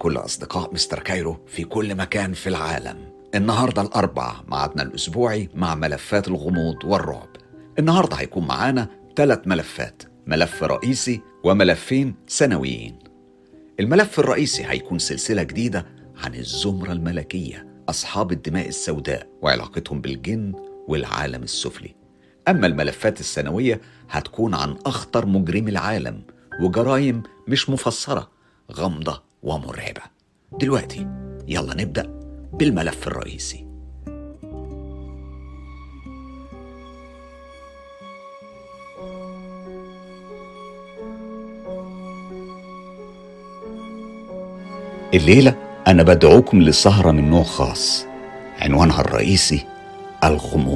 لكل أصدقاء مستر كايرو في كل مكان في العالم. النهاردة الأربع معادنا الأسبوعي مع ملفات الغموض والرعب. النهاردة هيكون معانا 3 ملفات، ملف رئيسي وملفين سنويين. الملف الرئيسي هيكون سلسلة جديدة عن الزمرة الملكية، أصحاب الدماء السوداء وعلاقتهم بالجن والعالم السفلي. أما الملفات السنوية هتكون عن أخطر مجرمي العالم وجرائم مش مفسرة، غامضة ومرعبة. دلوقتي يلا نبدأ بالملف الرئيسي. الليلة أنا بدعوكم لسهرة من نوع خاص، عنوانها الرئيسي الغموض.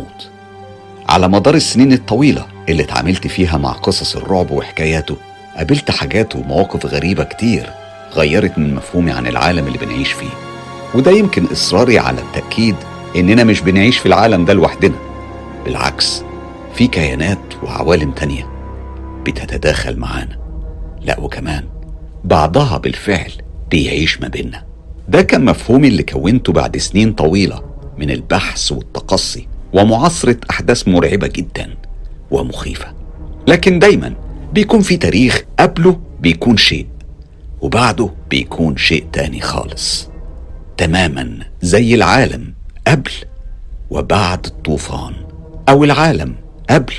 على مدار السنين الطويلة اللي اتعاملت فيها مع قصص الرعب وحكاياته، قابلت حاجات ومواقف غريبة كتير غيرت من مفهومي عن العالم اللي بنعيش فيه. وده يمكن إصراري على التأكيد إننا مش بنعيش في العالم ده لوحدنا، بالعكس في كيانات وعوالم تانية بتتداخل معانا، لا وكمان بعضها بالفعل بيعيش ما بيننا. ده كان مفهومي اللي كونته بعد سنين طويلة من البحث والتقصي ومعاصرة أحداث مرعبة جدا ومخيفة. لكن دايما بيكون في تاريخ، قبله بيكون شيء وبعده بيكون شيء تاني خالص، تماما زي العالم قبل وبعد الطوفان، أو العالم قبل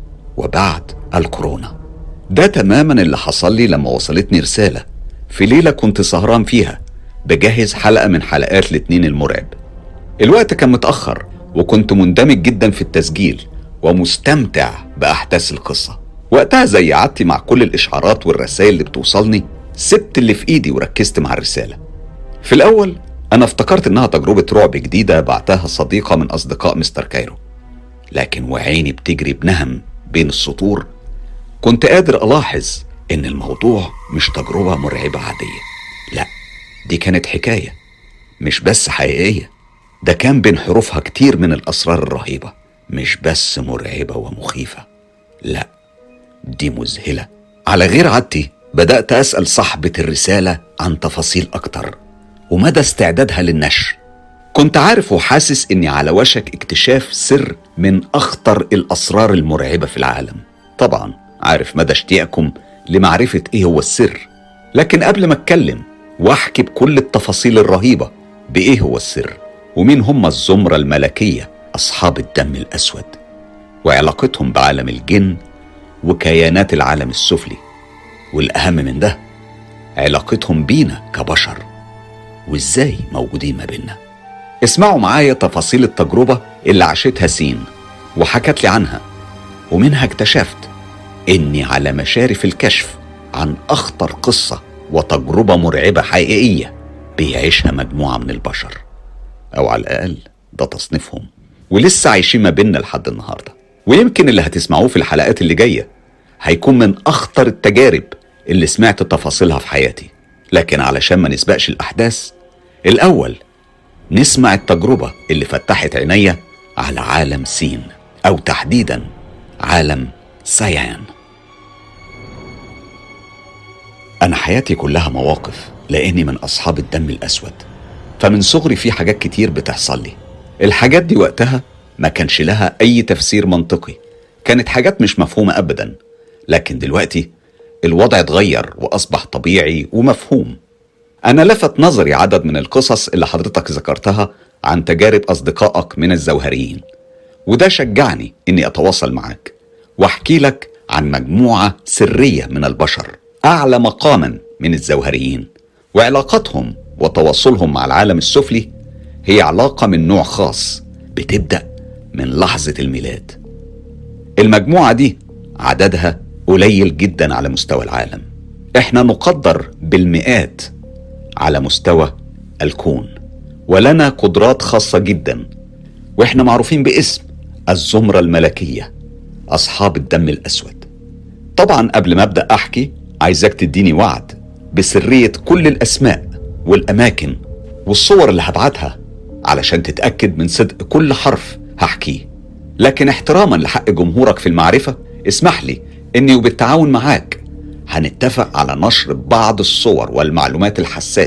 وبعد الكورونا. ده تماما اللي حصل لي لما وصلتني رسالة في ليلة كنت سهران فيها بجهز حلقة من حلقات الاثنين المرعب. الوقت كان متأخر وكنت مندمج جدا في التسجيل ومستمتع بأحداث القصة. وقتها زي عادتي مع كل الإشعارات والرسائل اللي بتوصلني، سبت اللي في إيدي وركزت مع الرسالة. في الأول أنا افتكرت إنها تجربة رعب جديدة بعتها صديقة من أصدقاء مستر كايرو، لكن وعيني بتجري بنهم بين السطور كنت قادر ألاحظ إن الموضوع مش تجربة مرعبة عادية، لا دي كانت حكاية مش بس حقيقية، ده كان بين حروفها كتير من الأسرار الرهيبة، مش بس مرعبة ومخيفة، لا دي مذهلة. على غير عادتي بدأت أسأل صاحبة الرسالة عن تفاصيل أكتر ومدى استعدادها للنشر. كنت عارف وحاسس إني على وشك اكتشاف سر من أخطر الأسرار المرعبة في العالم. طبعا عارف مدى اشتياقكم لمعرفة إيه هو السر، لكن قبل ما أتكلم وأحكي بكل التفاصيل الرهيبة بإيه هو السر ومين هم الزمرة الملكية أصحاب الدم الأسود وعلاقتهم بعالم الجن وكيانات العالم السفلي، والأهم من ده علاقتهم بينا كبشر وإزاي موجودين ما بينا، اسمعوا معايا تفاصيل التجربة اللي عاشتها سين وحكت لي عنها، ومنها اكتشفت إني على مشارف الكشف عن أخطر قصة وتجربة مرعبة حقيقية بيعيشها مجموعة من البشر، أو على الأقل ده تصنيفهم، ولسه عايشين ما بيننا لحد النهاردة. ويمكن اللي هتسمعوه في الحلقات اللي جاية هيكون من أخطر التجارب اللي سمعت تفاصيلها في حياتي. لكن علشان ما نسبقش الأحداث، الأول نسمع التجربة اللي فتحت عينيا على عالم سين، أو تحديدا عالم سيان. أنا حياتي كلها مواقف، لأني من أصحاب الدم الأسود، فمن صغري في حاجات كتير بتحصل لي. الحاجات دي وقتها ما كانش لها أي تفسير منطقي، كانت حاجات مش مفهومة أبدا. لكن دلوقتي الوضع اتغير وأصبح طبيعي ومفهوم. أنا لفت نظري عدد من القصص اللي حضرتك ذكرتها عن تجارب أصدقائك من الزوهريين، وده شجعني إني أتواصل معاك وأحكي لك عن مجموعة سرية من البشر أعلى مقاما من الزوهريين، وعلاقتهم وتواصلهم مع العالم السفلي هي علاقة من نوع خاص بتبدأ من لحظة الميلاد. المجموعة دي عددها قليل جدا على مستوى العالم، احنا نقدر بالمئات على مستوى الكون، ولنا قدرات خاصة جدا، واحنا معروفين باسم الزمرة الملكية أصحاب الدم الأسود. طبعا قبل ما أبدأ أحكي عايزك تديني وعد بسرية كل الأسماء والأماكن والصور اللي هبعتها علشان تتأكد من صدق كل حرف هحكيه. لكن احتراما لحق جمهورك في المعرفة، اسمح لي اني وبالتعاون معاك هنتفق على نشر بعض الصور والمعلومات الحساسة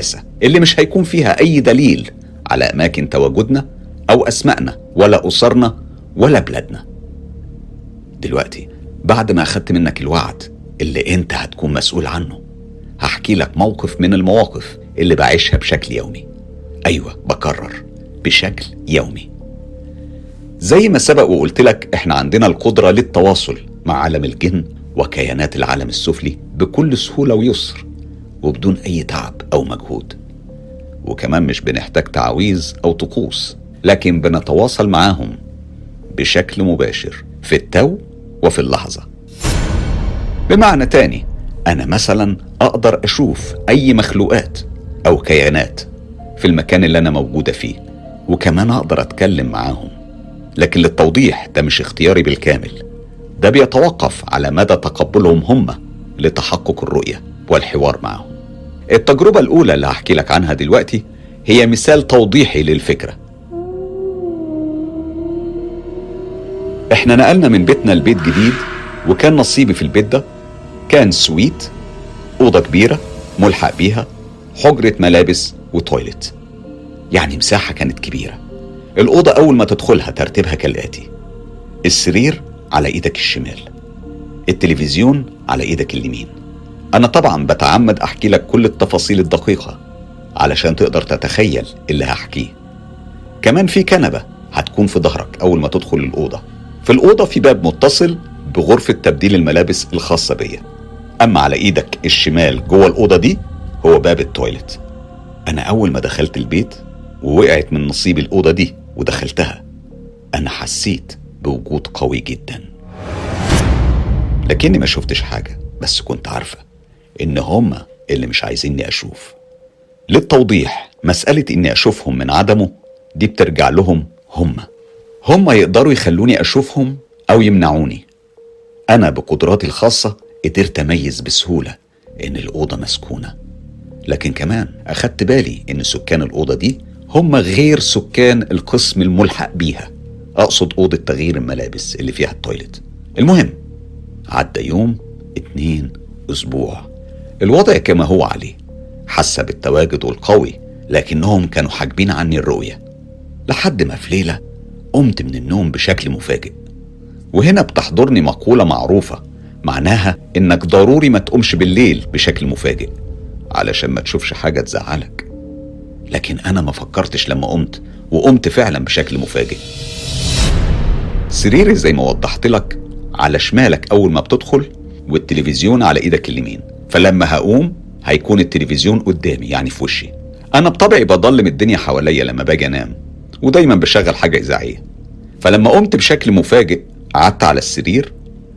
اللي مش هيكون فيها أي دليل على أماكن تواجدنا أو أسمائنا ولا أسرنا ولا بلادنا. دلوقتي بعد ما أخدت منك الوعد اللي أنت هتكون مسؤول عنه، هحكي لك موقف من المواقف اللي بعيشها بشكل يومي. أيوة، بكرر، بشكل يومي. زي ما سبق وقلت لك، احنا عندنا القدرة للتواصل مع عالم الجن وكيانات العالم السفلي بكل سهولة ويسر وبدون أي تعب أو مجهود. وكمان مش بنحتاج تعويذ أو طقوس، لكن بنتواصل معاهم بشكل مباشر في التو وفي اللحظة. بمعنى تاني، أنا مثلا أقدر أشوف أي مخلوقات أو كيانات في المكان اللي أنا موجودة فيه، وكمان أقدر أتكلم معاهم. لكن للتوضيح، ده مش اختياري بالكامل، ده بيتوقف على مدى تقبلهم هم لتحقق الرؤية والحوار معهم. التجربة الأولى اللي هحكي لك عنها دلوقتي هي مثال توضيحي للفكرة. احنا نقلنا من بيتنا لبيت جديد، وكان نصيبي في البيت ده كان سويت، أوضة كبيرة ملحق بيها حجرة ملابس وتويلت، يعني مساحة كانت كبيرة. الأوضة أول ما تدخلها ترتيبها كالآتي: السرير على إيدك الشمال، التلفزيون على إيدك اليمين. أنا طبعا بتعمد أحكي لك كل التفاصيل الدقيقة علشان تقدر تتخيل اللي هحكيه. كمان في كنبة هتكون في ظهرك أول ما تدخل الأوضة. في الأوضة في باب متصل بغرفة تبديل الملابس الخاصة بيا. أما على إيدك الشمال جوه الأوضة دي هو باب التويلت. أنا أول ما دخلت البيت ووقعت من نصيب الأوضة دي ودخلتها، أنا حسيت بوجود قوي جدا، لكني ما شفتش حاجة، بس كنت عارفة إن هما اللي مش عايزيني أشوف. للتوضيح، مسألة إني أشوفهم من عدمه دي بترجع لهم هما يقدروا يخلوني أشوفهم أو يمنعوني. أنا بقدراتي الخاصة قدرت أميز بسهولة إن الأوضة مسكونة، لكن كمان أخدت بالي إن سكان الأوضة دي هم غير سكان القسم الملحق بيها، أقصد أوضة تغيير الملابس اللي فيها التويلت. المهم، عدى يوم، 2 أسبوع، الوضع كما هو عليه، حاسة بالتواجد القوي، لكنهم كانوا حاجبين عني الرؤية. لحد ما في ليلة قمت من النوم بشكل مفاجئ. وهنا بتحضرني مقولة معروفة معناها إنك ضروري ما تقومش بالليل بشكل مفاجئ علشان ما تشوفش حاجة تزعلك. لكن أنا ما فكرتش لما قمت فعلا بشكل مفاجئ. سريري زي ما وضحت لك على شمالك أول ما بتدخل، والتلفزيون على إيدك اليمين. فلما هقوم هيكون التلفزيون قدامي، يعني في وشي. أنا بطبعي بضلم الدنيا حواليا لما باجي أنام، ودايما بشغل حاجة إذاعية. فلما قمت بشكل مفاجئ قعدت على السرير،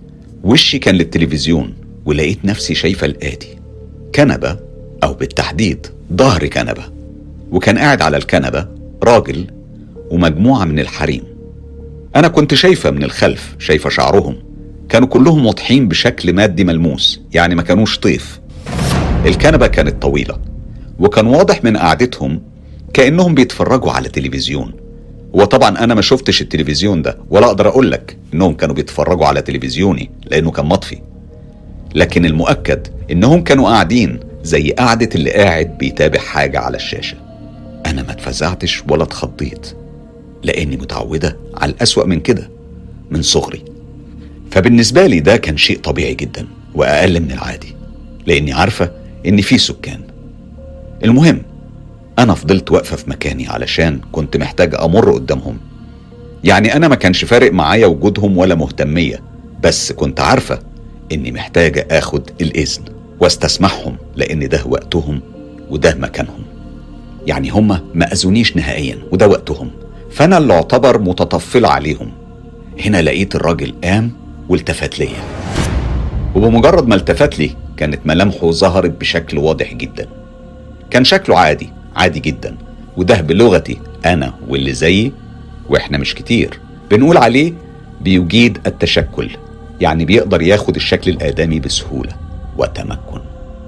وشي كان للتلفزيون، ولقيت نفسي شايفة الآتي: كنبة، أو بالتحديد ظهر كنبة، وكان قاعد على الكنبة راجل ومجموعة من الحريم. أنا كنت شايفة من الخلف، شايفة شعرهم، كانوا كلهم واضحين بشكل مادي ملموس، يعني ما كانوش طيف. الكنبة كانت طويلة، وكان واضح من قعدتهم كأنهم بيتفرجوا على تلفزيون. وطبعا أنا ما شفتش التلفزيون ده، ولا أقدر أقول لك إنهم كانوا بيتفرجوا على تلفزيوني لأنه كان مطفي، لكن المؤكد إنهم كانوا قاعدين زي قعدة اللي قاعد بيتابع حاجة على الشاشة. أنا ما اتفزعتش ولا اتخضيت، لأني متعودة على الأسوأ من كده من صغري. فبالنسبة لي ده كان شيء طبيعي جدا وأقل من العادي، لأني عارفة إن في سكان. المهم، أنا فضلت واقفة في مكاني علشان كنت محتاجة أمر قدامهم. يعني أنا ما كانش فارق معايا وجودهم ولا مهتمية، بس كنت عارفة إني محتاجة أخد الإذن واستسمحهم، لأن ده وقتهم وده مكانهم. يعني هما ما أذونيش نهائيا وده وقتهم، فأنا اللي اعتبر متطفلة عليهم. هنا لقيت الراجل قام والتفت ليا، وبمجرد ما التفت لي كانت ملامحه ظهرت بشكل واضح جدا. كان شكله عادي جدا، وده بلغتي أنا واللي زيي، وإحنا مش كتير، بنقول عليه بيجيد التشكل، يعني بيقدر ياخد الشكل الآدمي بسهولة وتمكن.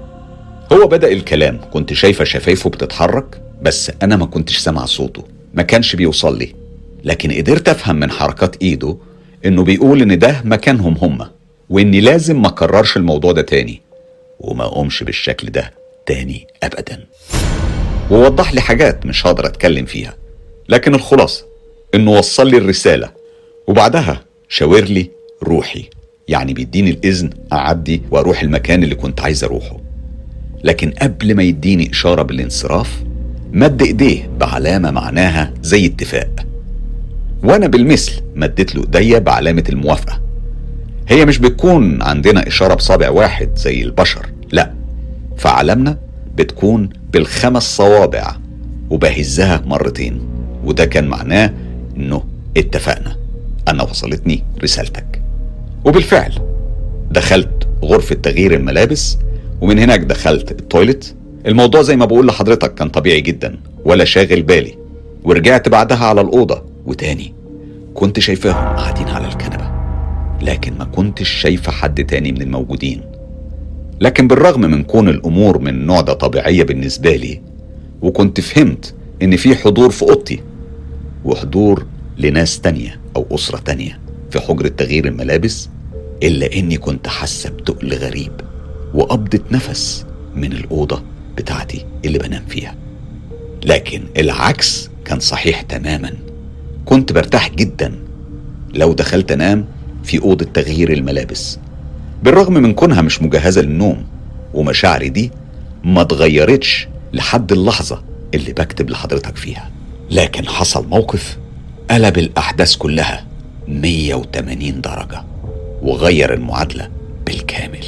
هو بدأ الكلام، كنت شايفة شفايفه بتتحرك، بس أنا ما كنتش سامع صوته، ما كانش بيوصل لي، لكن قدرت أفهم من حركات إيده إنه بيقول إن ده مكانهم هما، وإني لازم ما أكررش الموضوع ده تاني وما أقومش بالشكل ده تاني أبدا. ووضح لي حاجات مش هقدر اتكلم فيها، لكن الخلاصة انه وصل لي الرسالة، وبعدها شاور لي روحي، يعني بيديني الإذن أعدي وأروح المكان اللي كنت عايز أروحه. لكن قبل ما يديني إشارة بالانصراف مد إيديه بعلامة معناها زي اتفاق، وأنا بالمثل مدت له إيديا بعلامة الموافقة. هي مش بتكون عندنا إشارة بصابع واحد زي البشر، لا، فعلامنا بتكون ب5 صوابع وبهزها مرتين، وده كان معناه إنه اتفقنا، أنا وصلتني رسالتك. وبالفعل دخلت غرفة تغيير الملابس، ومن هناك دخلت التويلت. الموضوع زي ما بقول لحضرتك كان طبيعي جدا ولا شاغل بالي، ورجعت بعدها على الأوضة، وتاني كنت شايفاهم قاعدين على الكنبة، لكن ما كنتش شايفة حد تاني من الموجودين. لكن بالرغم من كون الأمور من النوع ده طبيعية بالنسبة لي، وكنت فهمت إن في حضور في أوضتي وحضور لناس تانية أو أسرة تانية في حجرة تغيير الملابس، إلا إني كنت حاسة بتقل غريب وقبضة نفس من الأوضة بتاعتي اللي بنام فيها. لكن العكس كان صحيح تماما، كنت برتاح جدا لو دخلت أنام في أوضة تغيير الملابس، بالرغم من كونها مش مجهزة للنوم، ومشاعري دي ما اتغيرتش لحد اللحظة اللي بكتب لحضرتك فيها. لكن حصل موقف قلب الأحداث كلها 180 درجة وغير المعادلة بالكامل.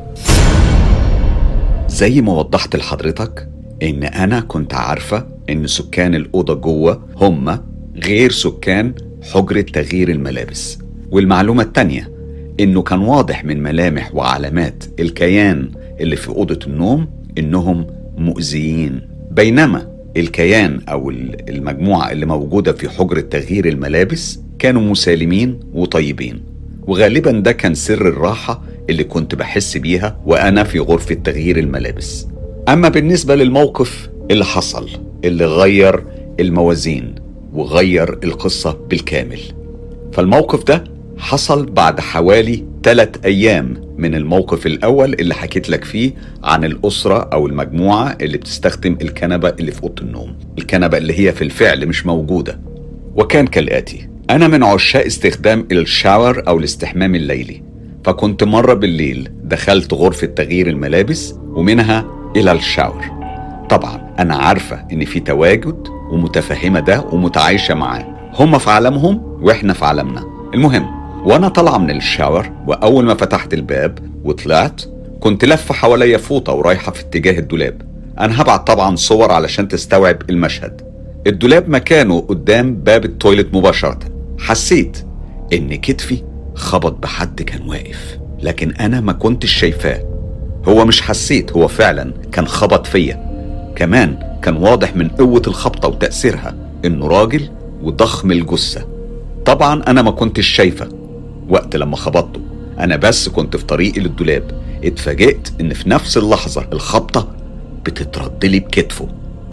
زي ما وضحت لحضرتك إن أنا كنت عارفة إن سكان الأوضة جوه هم غير سكان حجرة تغيير الملابس، والمعلومة التانية إنه كان واضح من ملامح وعلامات الكيان اللي في أوضة النوم إنهم مؤذيين، بينما الكيان أو المجموعة اللي موجودة في حجرة تغيير الملابس كانوا مسالمين وطيبين. وغالبا ده كان سر الراحة اللي كنت بحس بيها وأنا في غرفة تغيير الملابس. أما بالنسبة للموقف اللي حصل اللي غير الموازين وغير القصة بالكامل، فالموقف ده حصل بعد حوالي 3 أيام من الموقف الأول اللي حكيت لك فيه عن الأسرة أو المجموعة اللي بتستخدم الكنبة اللي في أوضة النوم، الكنبة اللي هي في الفعل مش موجودة. وكان كالآتي: أنا من عشاق استخدام الشاور أو الاستحمام الليلي، فكنت مرة بالليل دخلت غرفة تغيير الملابس ومنها إلى الشاور. طبعا أنا عارفة إن في تواجد ومتفهمة ده ومتعايشة معاه، هم في عالمهم وإحنا في عالمنا. المهم، وأنا طالعة من الشاور وأول ما فتحت الباب وطلعت كنت لفة حواليا فوطة ورايحة في اتجاه الدولاب. أنا هبعت طبعا صور علشان تستوعب المشهد. الدولاب مكانه قدام باب التويلت مباشرة. حسيت إن كتفي خبط بحد كان واقف، لكن أنا ما كنتش شايفاه. هو مش حسيت، هو فعلا كان خبط فيا. كمان كان واضح من قوة الخبطة وتأثيرها إنه راجل وضخم الجثة. طبعا أنا ما كنتش شايفة وقت لما خبطته، أنا بس كنت في طريقي للدولاب. اتفاجئت إن في نفس اللحظة الخبطة بتتردلي بكتفه.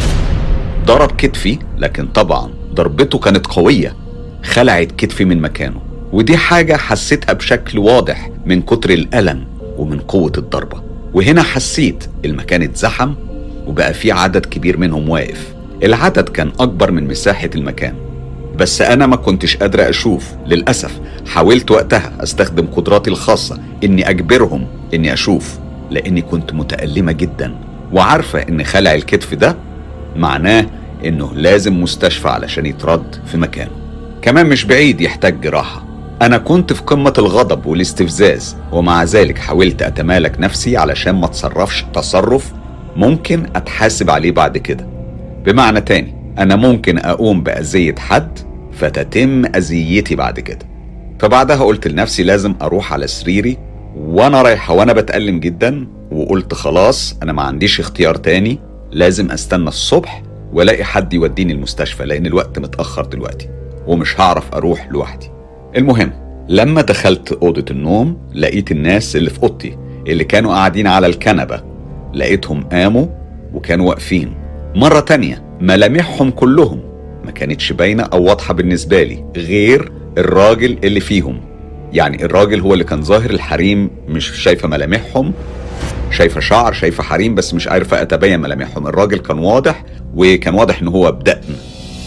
ضرب كتفي، لكن طبعا ضربته كانت قوية، خلعت كتفي من مكانه، ودي حاجة حسيتها بشكل واضح من كتر الألم ومن قوة الضربة. وهنا حسيت المكان اتزحم وبقى في عدد كبير منهم واقف. العدد كان أكبر من مساحة المكان، بس أنا ما كنتش قادرة أشوف للأسف. حاولت وقتها أستخدم قدراتي الخاصة إني أجبرهم إني أشوف، لأني كنت متألمة جدا وعارفة إن خلع الكتف ده معناه إنه لازم مستشفى علشان يترد في مكانه، كمان مش بعيد يحتاج جراحة. أنا كنت في قمة الغضب والاستفزاز، ومع ذلك حاولت أتمالك نفسي علشان ما تصرفش تصرف ممكن أتحاسب عليه بعد كده. بمعنى تاني، أنا ممكن أقوم بأذية حد فتتم أذيتي بعد كده. فبعدها قلت لنفسي لازم أروح على سريري وأنا رايحة وأنا بتألم جدا، وقلت خلاص أنا ما عنديش اختيار تاني، لازم أستنى الصبح ولاقي حد يوديني المستشفى، لأن الوقت متأخر دلوقتي ومش هعرف أروح لوحدي. المهم، لما دخلت أوضة النوم لقيت الناس اللي في أوضتي اللي كانوا قاعدين على الكنبة، لقيتهم قاموا وكانوا واقفين. مرة تانية ملامحهم كلهم ما كانتش باينة أو واضحة بالنسبة لي غير الراجل اللي فيهم، يعني الراجل هو اللي كان ظاهر، الحريم مش شايفة ملامحهم شايفة شعر، شايفة حريم، بس مش عارفة أتبين ملامحهم. الراجل كان واضح، وكان واضح إن هو بدقن،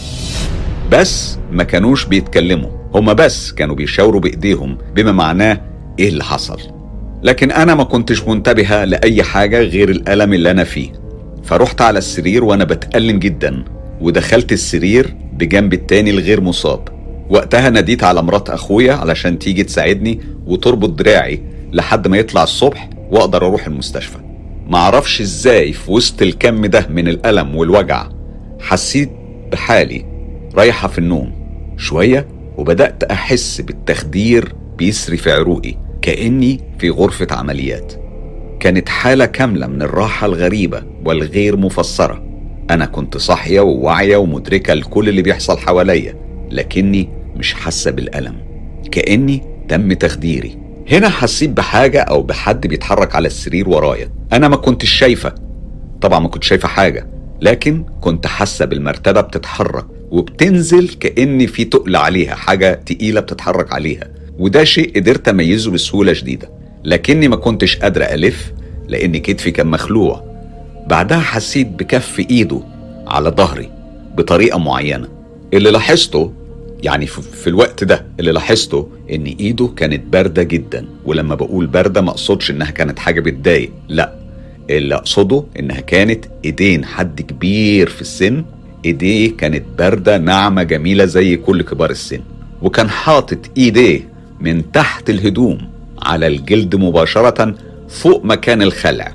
بس ما كانوش بيتكلموا، هما بس كانوا بيشاوروا بإيديهم بما معناه إيه اللي حصل. لكن أنا ما كنتش منتبهة لأي حاجة غير الألم اللي أنا فيه. فرحت على السرير وأنا بتألم جدا، ودخلت السرير بجنب التاني الغير مصاب. وقتها ناديت على مرات أخويا علشان تيجي تساعدني وتربط دراعي لحد ما يطلع الصبح وأقدر أروح المستشفى. معرفش إزاي في وسط الكم ده من الألم والوجع حسيت بحالي رايحة في النوم شوية، وبدأت أحس بالتخدير بيسري في عروقي كأني في غرفة عمليات. كانت حالة كاملة من الراحة الغريبة والغير مفسرة. أنا كنت صاحية وواعية ومدركة لكل اللي بيحصل حواليا، لكني مش حاسة بالألم، كأني تم تخديري. هنا حسيت بحاجة أو بحد بيتحرك على السرير ورايا. أنا ما كنتش شايفة، طبعا ما كنت شايفة حاجة، لكن كنت حاسة بالمرتبة بتتحرك وبتنزل كأن في تقل عليها، حاجة تقيلة بتتحرك عليها. وده شيء قدرت أميزه بسهولة شديدة، لكني ما كنتش قادرة ألف لأن كتفي كان مخلوع. بعدها حسيت بكف إيده على ظهري بطريقة معينة. اللي لاحظته يعني في الوقت ده اللي لاحظته إن إيده كانت باردة جدا. ولما بقول باردة ما أقصدش إنها كانت حاجة بتضايق، لا، اللي أقصده إنها كانت إيدين حد كبير في السن. إيديه كانت باردة ناعمة جميلة زي كل كبار السن، وكان حاطط إيديه من تحت الهدوم على الجلد مباشرة فوق مكان الخلع.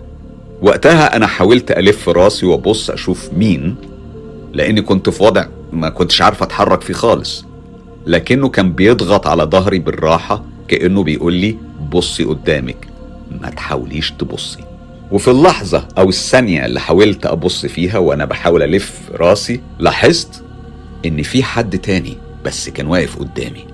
وقتها أنا حاولت ألف راسي وأبص أشوف مين، لأني كنت في وضع ما كنتش عارفة أتحرك فيه خالص، لكنه كان بيضغط على ظهري بالراحة كأنه بيقول لي بصي قدامك، ما تحاوليش تبصي. وفي اللحظة أو الثانية اللي حاولت أبص فيها وأنا بحاول ألف راسي، لاحظت إن في حد تاني بس كان واقف قدامي.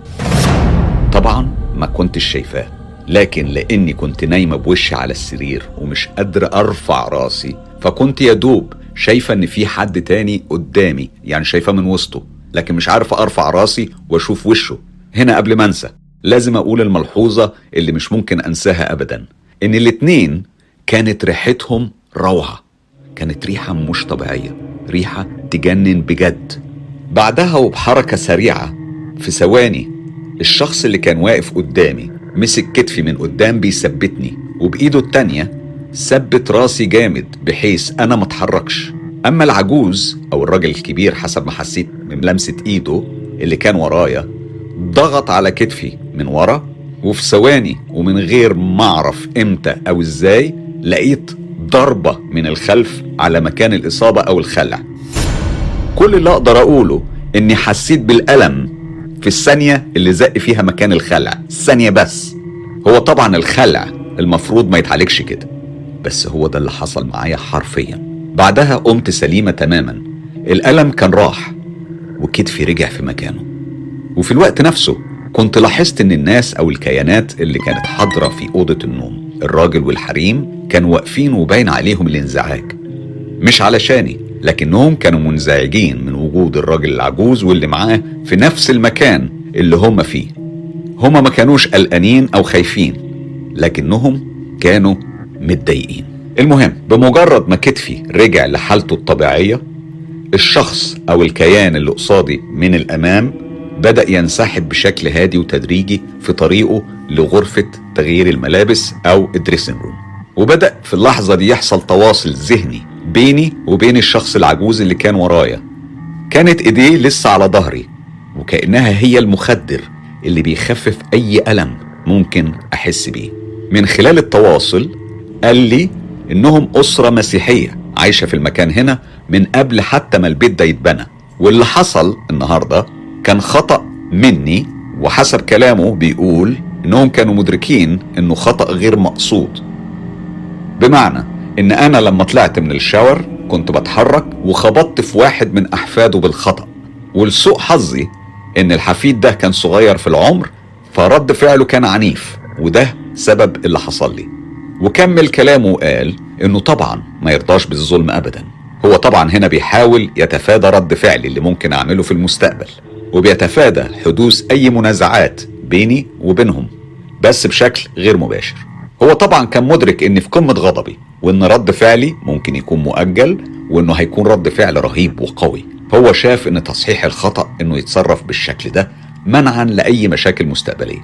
طبعا ما كنتش شايفاه، لكن لأني كنت نايمة بوشي على السرير ومش قادرة أرفع راسي، فكنت يدوب شايفة إن في حد تاني قدامي، يعني شايفة من وسطه، لكن مش عارفة أرفع راسي وأشوف وشه. هنا قبل ما أنسى لازم أقول الملحوظة اللي مش ممكن أنساها أبدا، إن الاتنين كانت ريحتهم روعة، كانت ريحة مش طبيعية، ريحة تجنن بجد. بعدها وبحركة سريعة في ثواني الشخص اللي كان واقف قدامي مسك كتفي من قدام بيثبتني، وبإيده التانية ثبت راسي جامد بحيث أنا ما اتحركش. أما العجوز أو الراجل الكبير حسب ما حسيت من لمسة إيده اللي كان ورايا ضغط على كتفي من ورا، وفي ثواني ومن غير ما أعرف إمتى أو إزاي لقيت ضربة من الخلف على مكان الإصابة أو الخلع. كل اللي أقدر أقوله إني حسيت بالألم في الثانية اللي زق فيها مكان الخلع، الثانية بس. هو طبعا الخلع المفروض ما يتعالجش كده، بس هو ده اللي حصل معايا حرفيا. بعدها قمت سليمة تماما، الألم كان راح وكتفي رجع في مكانه. وفي الوقت نفسه كنت لاحظت ان الناس او الكيانات اللي كانت حاضرة في أوضة النوم، الراجل والحريم، كانوا واقفين وباين عليهم الانزعاج، مش علشاني، لكنهم كانوا منزعجين من وجود الراجل العجوز واللي معاه في نفس المكان اللي هم فيه. هم ما كانوش قلقانين او خايفين، لكنهم كانوا متضايقين. المهم بمجرد ما كتفي رجع لحالته الطبيعية، الشخص او الكيان اللي قصادي من الامام بدأ ينسحب بشكل هادي وتدريجي في طريقه لغرفة تغيير الملابس او الدريسنج روم. وبدأ في اللحظة دي يحصل تواصل ذهني بيني وبين الشخص العجوز اللي كان ورايا. كانت ايديه لسه على ظهري وكأنها هي المخدر اللي بيخفف اي ألم ممكن احس بيه. من خلال التواصل قال لي انهم اسرة مسيحية عايشة في المكان هنا من قبل حتى ما البيت ده يتبنى، واللي حصل النهاردة كان خطأ مني، وحسب كلامه بيقول انهم كانوا مدركين انه خطأ غير مقصود. بمعنى ان انا لما طلعت من الشاور كنت بتحرك وخبطت في واحد من احفاده بالخطأ، ولسوء حظي ان الحفيد ده كان صغير في العمر، فرد فعله كان عنيف، وده سبب اللي حصل لي. وكمل كلامه وقال انه طبعا ما يرضاش بالظلم ابدا. هو طبعا هنا بيحاول يتفادى رد فعلي اللي ممكن اعمله في المستقبل، وبيتفادى حدوث اي منازعات بيني وبينهم، بس بشكل غير مباشر. هو طبعا كان مدرك اني في قمة غضبي، وإن رد فعلي ممكن يكون مؤجل، وإنه هيكون رد فعل رهيب وقوي. هو شاف إن تصحيح الخطأ إنه يتصرف بالشكل ده منعا لأي مشاكل مستقبلية.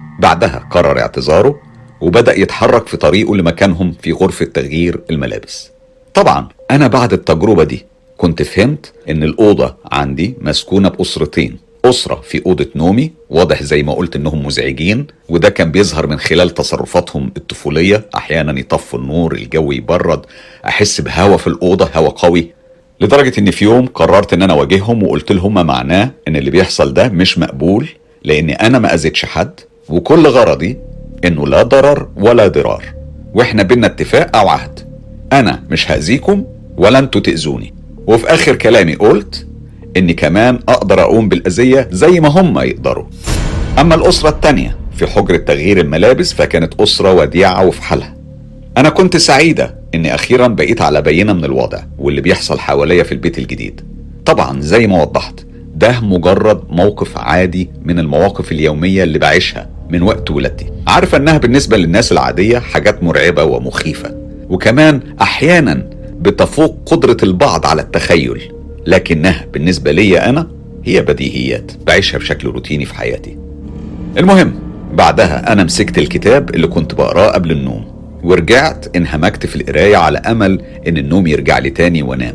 بعدها قرر اعتذاره وبدأ يتحرك في طريقه لمكانهم في غرفة تغيير الملابس. طبعا أنا بعد التجربة دي كنت فهمت إن الأوضة عندي مسكونة بأسرتين، أسرة في أوضة نومي، واضح زي ما قلت إنهم مزعجين، وده كان بيظهر من خلال تصرفاتهم الطفولية. أحيانا يطفوا النور، الجو يبرد، أحس بهوا في الأوضة، هوا قوي، لدرجة إن في يوم قررت إن أنا أواجههم وقلت لهم معناه إن اللي بيحصل ده مش مقبول، لأن أنا ما أذيتش حد، وكل غرضي إنه لا ضرر ولا ضرار، وإحنا بينا اتفاق أو عهد، أنا مش هأذيكم ولا أنتوا تأذوني. وفي آخر كلامي قلت إني كمان أقدر أقوم بالأذية زي ما هم يقدروا. أما الأسرة التانية في حجرة تغيير الملابس فكانت أسرة وديعة وفي حالها. أنا كنت سعيدة إني أخيرا بقيت على بينة من الوضع واللي بيحصل حواليا في البيت الجديد. طبعا زي ما وضحت ده مجرد موقف عادي من المواقف اليومية اللي بعيشها من وقت ولادتي. عارفة إنها بالنسبة للناس العادية حاجات مرعبة ومخيفة، وكمان أحيانا بتفوق قدرة البعض على التخيل، لكنها بالنسبة لي أنا هي بديهيات بعيشها بشكل روتيني في حياتي. المهم بعدها أنا مسكت الكتاب اللي كنت بقراه قبل النوم ورجعت انهمكت في القراية على أمل إن النوم يرجع لي تاني وانام،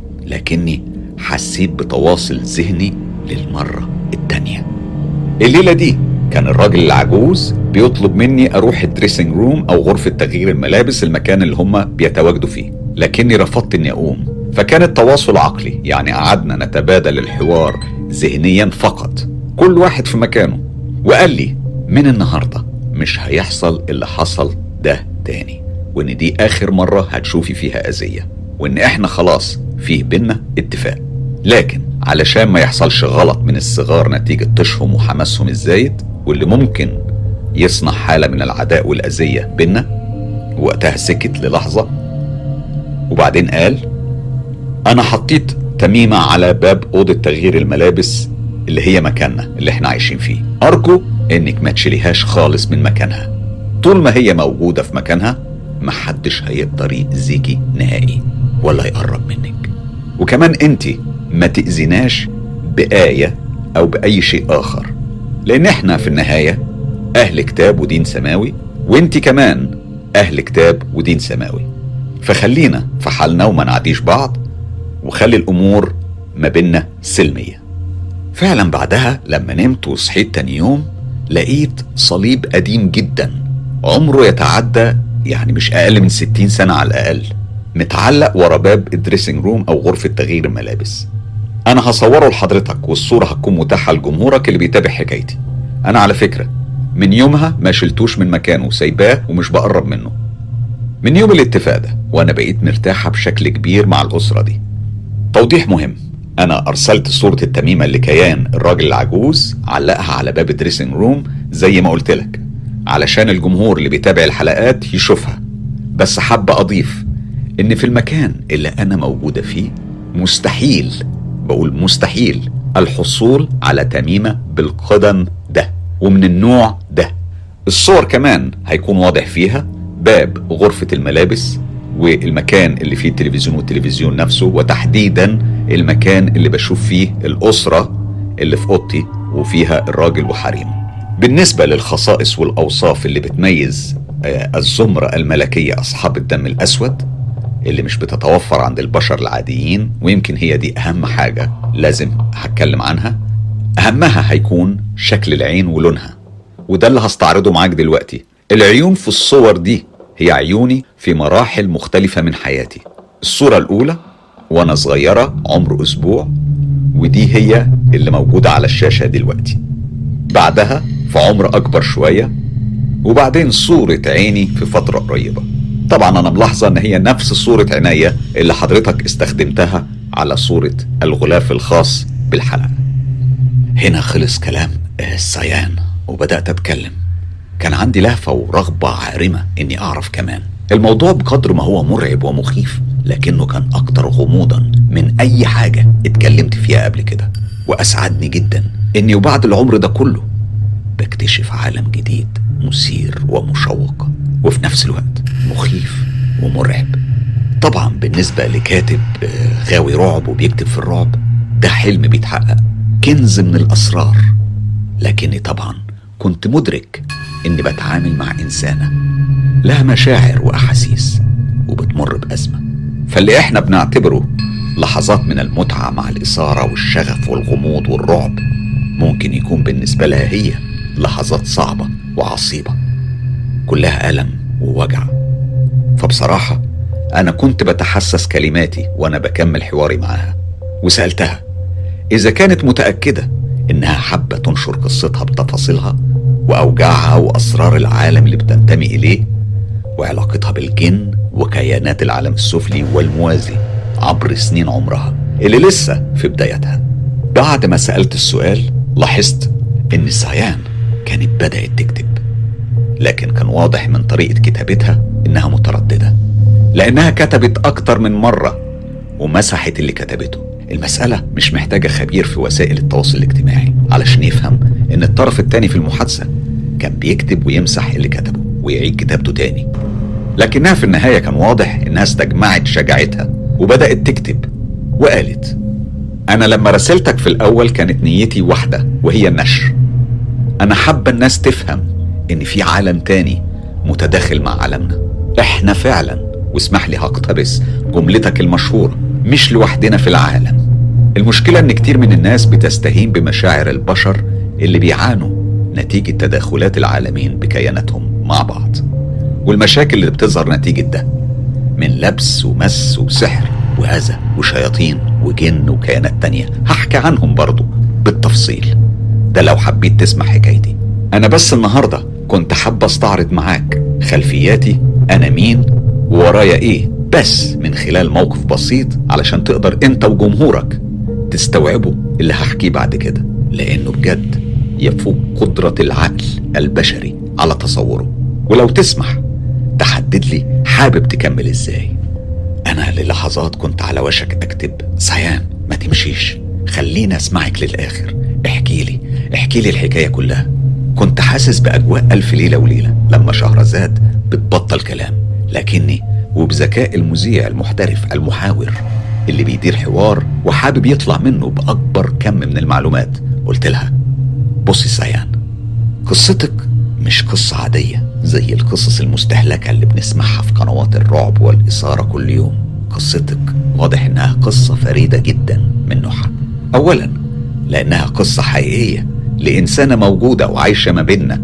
لكني حسيت بتواصل ذهني للمرة التانية. الليلة دي كان الراجل العجوز بيطلب مني أروح الدريسنج روم أو غرفة تغيير الملابس، المكان اللي هم بيتواجدوا فيه، لكني رفضت إني أقوم. فكان التواصل عقلي، يعني قعدنا نتبادل الحوار ذهنيا فقط، كل واحد في مكانه، وقال لي من النهاردة مش هيحصل اللي حصل ده تاني، وإن دي آخر مرة هتشوفي فيها أذية، وإن إحنا خلاص فيه بينا اتفاق. لكن علشان ما يحصلش غلط من الصغار نتيجة طشهم وحماسهم الزايد واللي ممكن يصنع حالة من العداء والأذية بينا. وقتها سكت للحظة وبعدين قال أنا حطيت تميمة على باب أوضة تغيير الملابس اللي هي مكاننا اللي احنا عايشين فيه، أرجو إنك ما تشيليهاش خالص من مكانها. طول ما هي موجودة في مكانها محدش هيقدر يأذيكي نهائي ولا يقرب منك، وكمان انتي ما تأذيناش بآية أو بأي شيء آخر، لأن احنا في النهاية أهل كتاب ودين سماوي، وانتي كمان أهل كتاب ودين سماوي، فخلينا في حالنا وما نعديش بعض، وخلي الأمور ما بيننا سلمية. فعلا بعدها لما نمت وصحيت تاني يوم لقيت صليب قديم جدا عمره يتعدى يعني مش أقل من 60 سنة على الأقل، متعلق ورا باب الدريسنج روم أو غرفة تغيير الملابس. أنا هصوره لحضرتك والصورة هتكون متاحة لجمهورك اللي بيتابع حكايتي. أنا على فكرة من يومها ما شلتوش من مكانه وسايباه ومش بقرب منه. من يوم الاتفاق ده وأنا بقيت مرتاحة بشكل كبير مع الأسرة دي. توضيح مهم، أنا أرسلت صورة التميمة اللي كيان الراجل العجوز علقها على باب الدريسنج روم زي ما قلت لك علشان الجمهور اللي بيتابع الحلقات يشوفها، بس حابة أضيف إن في المكان اللي أنا موجودة فيه مستحيل، بقول مستحيل، الحصول على تميمة بالقدم ده ومن النوع ده. الصور كمان هيكون واضح فيها باب غرفة الملابس والمكان اللي فيه التلفزيون والتلفزيون نفسه، وتحديدا المكان اللي بشوف فيه الأسرة اللي في أوضتي وفيها الراجل وحريمه. بالنسبة للخصائص والأوصاف اللي بتميز الزمرة الملكية أصحاب الدم الأسود اللي مش بتتوفر عند البشر العاديين، ويمكن هي دي أهم حاجة لازم هتكلم عنها، أهمها هيكون شكل العين ولونها، وده اللي هستعرضه معاك دلوقتي. العيون في الصور دي هي عيوني في مراحل مختلفة من حياتي. الصورة الأولى وأنا صغيرة عمر أسبوع، ودي هي اللي موجودة على الشاشة دلوقتي. بعدها في عمر أكبر شوية، وبعدين صورة عيني في فترة قريبة. طبعا أنا ملاحظة أن هي نفس صورة عينيا اللي حضرتك استخدمتها على صورة الغلاف الخاص بالحلقة. هنا خلص كلام السيان وبدأت أتكلم. كان عندي لهفة ورغبة عارمة إني أعرف كمان. الموضوع بقدر ما هو مرعب ومخيف لكنه كان أكتر غموضا من أي حاجة اتكلمت فيها قبل كده، وأسعدني جدا إني وبعد العمر ده كله بكتشف عالم جديد مثير ومشوق وفي نفس الوقت مخيف ومرعب. طبعا بالنسبة لكاتب غاوي رعب وبيكتب في الرعب، ده حلم بيتحقق، كنز من الأسرار. لكني طبعا كنت مدرك إني بتعامل مع إنسانة لها مشاعر وأحاسيس وبتمر بأزمة. فاللي إحنا بنعتبره لحظات من المتعة مع الإثارة والشغف والغموض والرعب، ممكن يكون بالنسبة لها هي لحظات صعبة وعصيبة كلها ألم ووجع. فبصراحة أنا كنت بتحسس كلماتي وأنا بكمل حواري معاها، وسألتها إذا كانت متأكدة إنها حابة تنشر قصتها بتفاصيلها وأوجاعها وأسرار العالم اللي بتنتمي إليه وعلاقتها بالجن وكيانات العالم السفلي والموازي عبر سنين عمرها اللي لسه في بدايتها. بعد ما سألت السؤال لاحظت إن سايان كانت بدأت تكتب، لكن كان واضح من طريقة كتابتها إنها مترددة، لأنها كتبت أكتر من مرة ومسحت اللي كتبته. المسألة مش محتاجة خبير في وسائل التواصل الاجتماعي علشان يفهم إن الطرف التاني في المحادثة كان بيكتب ويمسح اللي كتبه ويعيد كتابته تاني، لكنها في النهاية كان واضح إنها استجمعت شجاعتها وبدأت تكتب وقالت: أنا لما رسلتك في الأول كانت نيتي واحدة وهي النشر. أنا حابة الناس تفهم إن في عالم تاني متداخل مع عالمنا إحنا فعلا، واسمح لي هقتبس جملتك المشهورة: مش لوحدنا في العالم. المشكلة إن كتير من الناس بتستهين بمشاعر البشر اللي بيعانوا نتيجة تداخلات العالمين بكياناتهم مع بعض، والمشاكل اللي بتظهر نتيجة ده من لبس ومس وسحر وأذى وشياطين وجن وكيانات تانية. هحكي عنهم برضو بالتفصيل ده لو حبيت تسمع حكايتي. أنا بس النهاردة كنت حابة استعرض معاك خلفياتي، أنا مين وورايا إيه، بس من خلال موقف بسيط علشان تقدر أنت وجمهورك تستوعبوا اللي هحكيه بعد كده، لأنه بجد يفوق قدرة العقل البشري على تصوره. ولو تسمح تحدد لي حابب تكمل إزاي. أنا للحظات كنت على وشك أكتب: سايان ما تمشيش، خليني أسمعك للآخر، احكي لي الحكاية كلها. كنت حاسس بأجواء ألف ليلة وليلة لما شهرزاد بتبطل كلام، لكني وبذكاء المذيع المحترف المحاور اللي بيدير حوار وحابب يطلع منه بأكبر كم من المعلومات، قلت لها: بصي سايان، قصتك مش قصة عادية زي القصص المستهلكة اللي بنسمعها في قنوات الرعب والإثارة كل يوم. قصتك واضح إنها قصة فريدة جدا من نوعها. أولا لأنها قصة حقيقية لإنسانة موجودة وعايشة ما بيننا.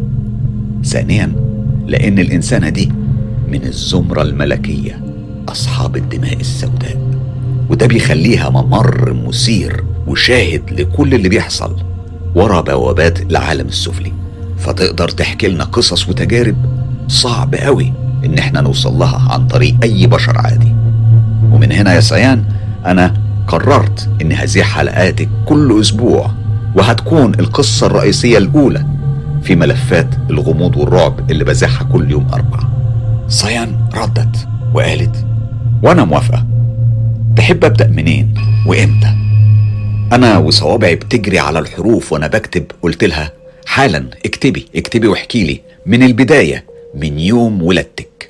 ثانيا لأن الإنسانة دي من الزمرة الملكية أصحاب الدماء السوداء، وده بيخليها ممر مثير وشاهد لكل اللي بيحصل ورا بوابات العالم السفلي، فتقدر تحكي لنا قصص وتجارب صعب قوي إن احنا نوصل لها عن طريق أي بشر عادي. ومن هنا يا سايان أنا قررت إن هذه حلقاتك كل أسبوع، وهتكون القصة الرئيسية الأولى في ملفات الغموض والرعب اللي بزحها كل يوم 4. سايان ردت وقالت: وأنا موافقة. تحب أبدأ منين وإمتى؟ أنا وصوابعي بتجري على الحروف وأنا بكتب قلت لها: حالا اكتبي واحكي لي من البداية، من يوم ولادتك.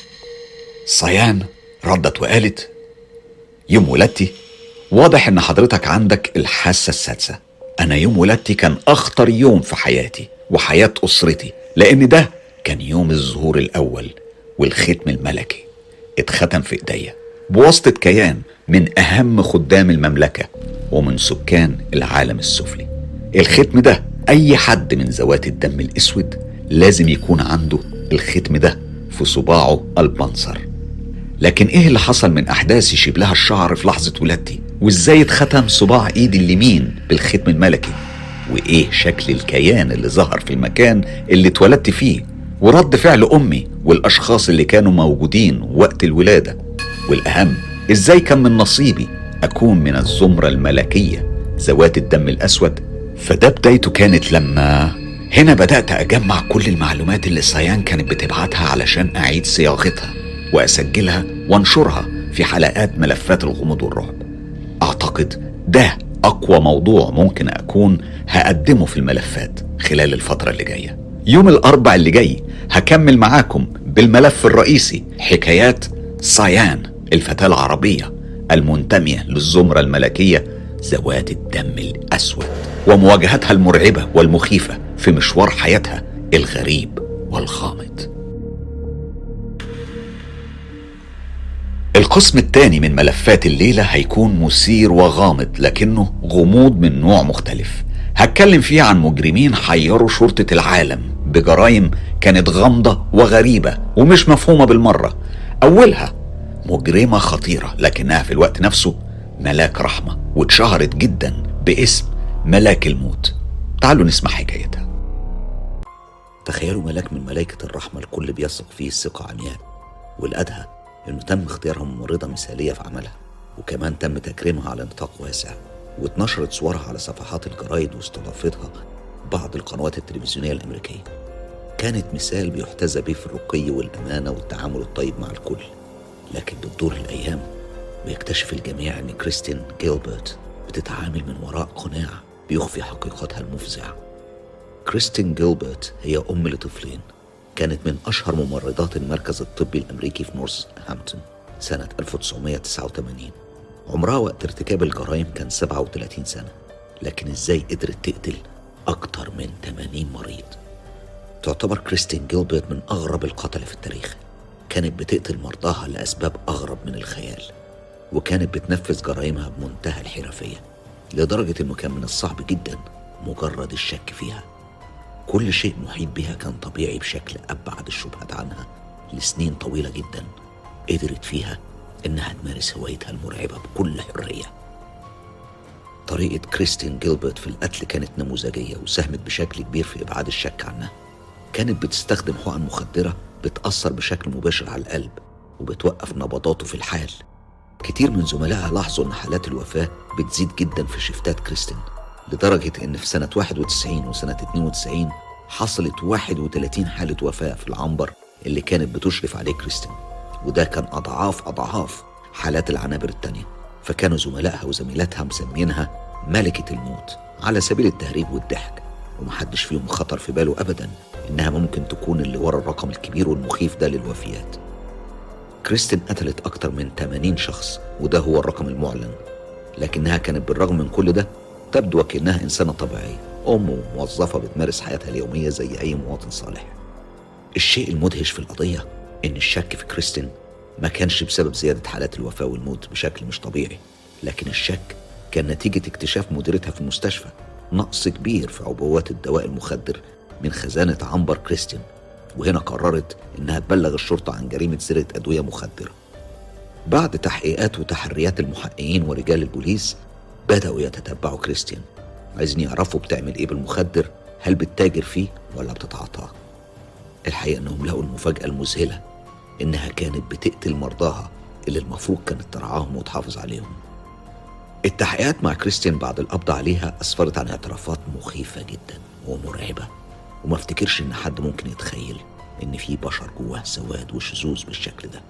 سايان ردت وقالت: يوم ولادتي؟ واضح ان حضرتك عندك الحاسة السادسة. انا يوم ولادتي كان اخطر يوم في حياتي وحياة اسرتي، لان ده كان يوم الظهور الاول والختم الملكي اتختم في ايديا بواسطة كيان من اهم خدام المملكة ومن سكان العالم السفلي. الختم ده اي حد من ذوات الدم الاسود لازم يكون عنده الختم ده في صباعه البنصر. لكن ايه اللي حصل من احداث يشيب لها الشعر في لحظة ولادتي؟ وازاي اتختم صباع ايدي اليمين بالختم الملكي؟ وايه شكل الكيان اللي ظهر في المكان اللي اتولدت فيه؟ ورد فعل امي والاشخاص اللي كانوا موجودين وقت الولادة؟ والاهم ازاي كان من نصيبي اكون من الزمرة الملكية ذوات الدم الاسود؟ فده بدايته كانت لما هنا بدأت اجمع كل المعلومات اللي سايان كانت بتبعتها علشان اعيد صياغتها وأسجلها وانشرها في حلقات ملفات الغموض والرعب. أعتقد ده أقوى موضوع ممكن أكون هقدمه في الملفات خلال الفترة اللي جاية. يوم الأربع اللي جاي هكمل معاكم بالملف الرئيسي حكايات سايان الفتاة العربية المنتمية للزمرة الملكية ذوات الدم الأسود، ومواجهتها المرعبة والمخيفة في مشوار حياتها الغريب والغامض. القسم الثاني من ملفات الليلة هيكون مثير وغامض، لكنه غموض من نوع مختلف. هتكلم فيه عن مجرمين حيروا شرطة العالم بجرائم كانت غامضة وغريبة ومش مفهومة بالمرة. أولها مجرمة خطيرة لكنها في الوقت نفسه ملاك رحمة، واتشهرت جدا باسم ملاك الموت. تعالوا نسمع حكايتها. تخيلوا ملاك من ملائكة الرحمة الكل بيثق فيه ثقة عمياء، والأدهى إنه تم اختيارها ممرضة مثالية في عملها، وكمان تم تكريمها على نطاق واسع، واتنشرت صورها على صفحات الجرايد واستضافتها بعض القنوات التلفزيونية الأمريكية. كانت مثال بيحتذى به في الرقي والأمانة والتعامل الطيب مع الكل. لكن بتدور الأيام ويكتشف الجميع أن كريستين جيلبرت بتتعامل من وراء قناع بيخفي حقيقتها المفزعة. كريستين جيلبرت هي أم لطفلين، كانت من أشهر ممرضات المركز الطبي الأمريكي في نورث هامبتون سنة 1989. عمرها وقت ارتكاب الجرائم كان 37 سنة، لكن إزاي قدرت تقتل أكتر من 80 مريض؟ تعتبر كريستين جيلبرت من أغرب القتلة في التاريخ. كانت بتقتل مرضاها لأسباب أغرب من الخيال، وكانت بتنفذ جرائمها بمنتهى الحرفية، لدرجة إنه كان من الصعب جدا مجرد الشك فيها. كل شيء محيط بها كان طبيعي بشكل أبعد الشبهات عنها. لسنين طويلة جدا قدرت فيها إنها تمارس هوايتها المرعبة بكل حرية. طريقة كريستين جيلبرت في القتل كانت نموذجية وساهمت بشكل كبير في إبعاد الشك عنها. كانت بتستخدم حقن مخدرة بتأثر بشكل مباشر على القلب وبتوقف نبضاته في الحال. كتير من زملائها لاحظوا إن حالات الوفاة بتزيد جدا في شفتات كريستين، لدرجة إن في سنة 91 وسنة 92 حصلت 31 حالة وفاة في العنبر اللي كانت بتشرف عليه كريستين، وده كان أضعاف حالات العنابر التانية. فكانوا زملائها وزميلاتها مسمينها ملكة الموت على سبيل التهريب والضحك، ومحدش فيهم خطر في باله أبدا إنها ممكن تكون اللي ورا الرقم الكبير والمخيف ده للوفيات. كريستين قتلت أكتر من 80 شخص، وده هو الرقم المعلن، لكنها كانت بالرغم من كل ده تبدو وكأنها إنسانة طبيعية، أم وموظفة بتمارس حياتها اليومية زي أي مواطن صالح. الشيء المدهش في القضية إن الشك في كريستين ما كانش بسبب زيادة حالات الوفاة والموت بشكل مش طبيعي، لكن الشك كان نتيجة اكتشاف مديرتها في المستشفى نقص كبير في عبوات الدواء المخدر من خزانة عنبر كريستين، وهنا قررت إنها تبلغ الشرطة عن جريمة سرقة أدوية مخدرة. بعد تحقيقات وتحريات المحققين ورجال البوليس بدأوا يتتبعوا كريستين، عايزين يعرفوا بتعمل إيه بالمخدر، هل بتتاجر فيه ولا بتتعاطاه. الحقيقة إنهم لقوا المفاجأة المذهلة إنها كانت بتقتل مرضاها اللي المفروض كانت ترعاهم وتحافظ عليهم. التحقيقات مع كريستين بعد القبض عليها أسفرت عن اعترافات مخيفة جدا ومرعبة، وما افتكرش إن حد ممكن يتخيل إن في بشر جواه سواد وشذوذ بالشكل ده.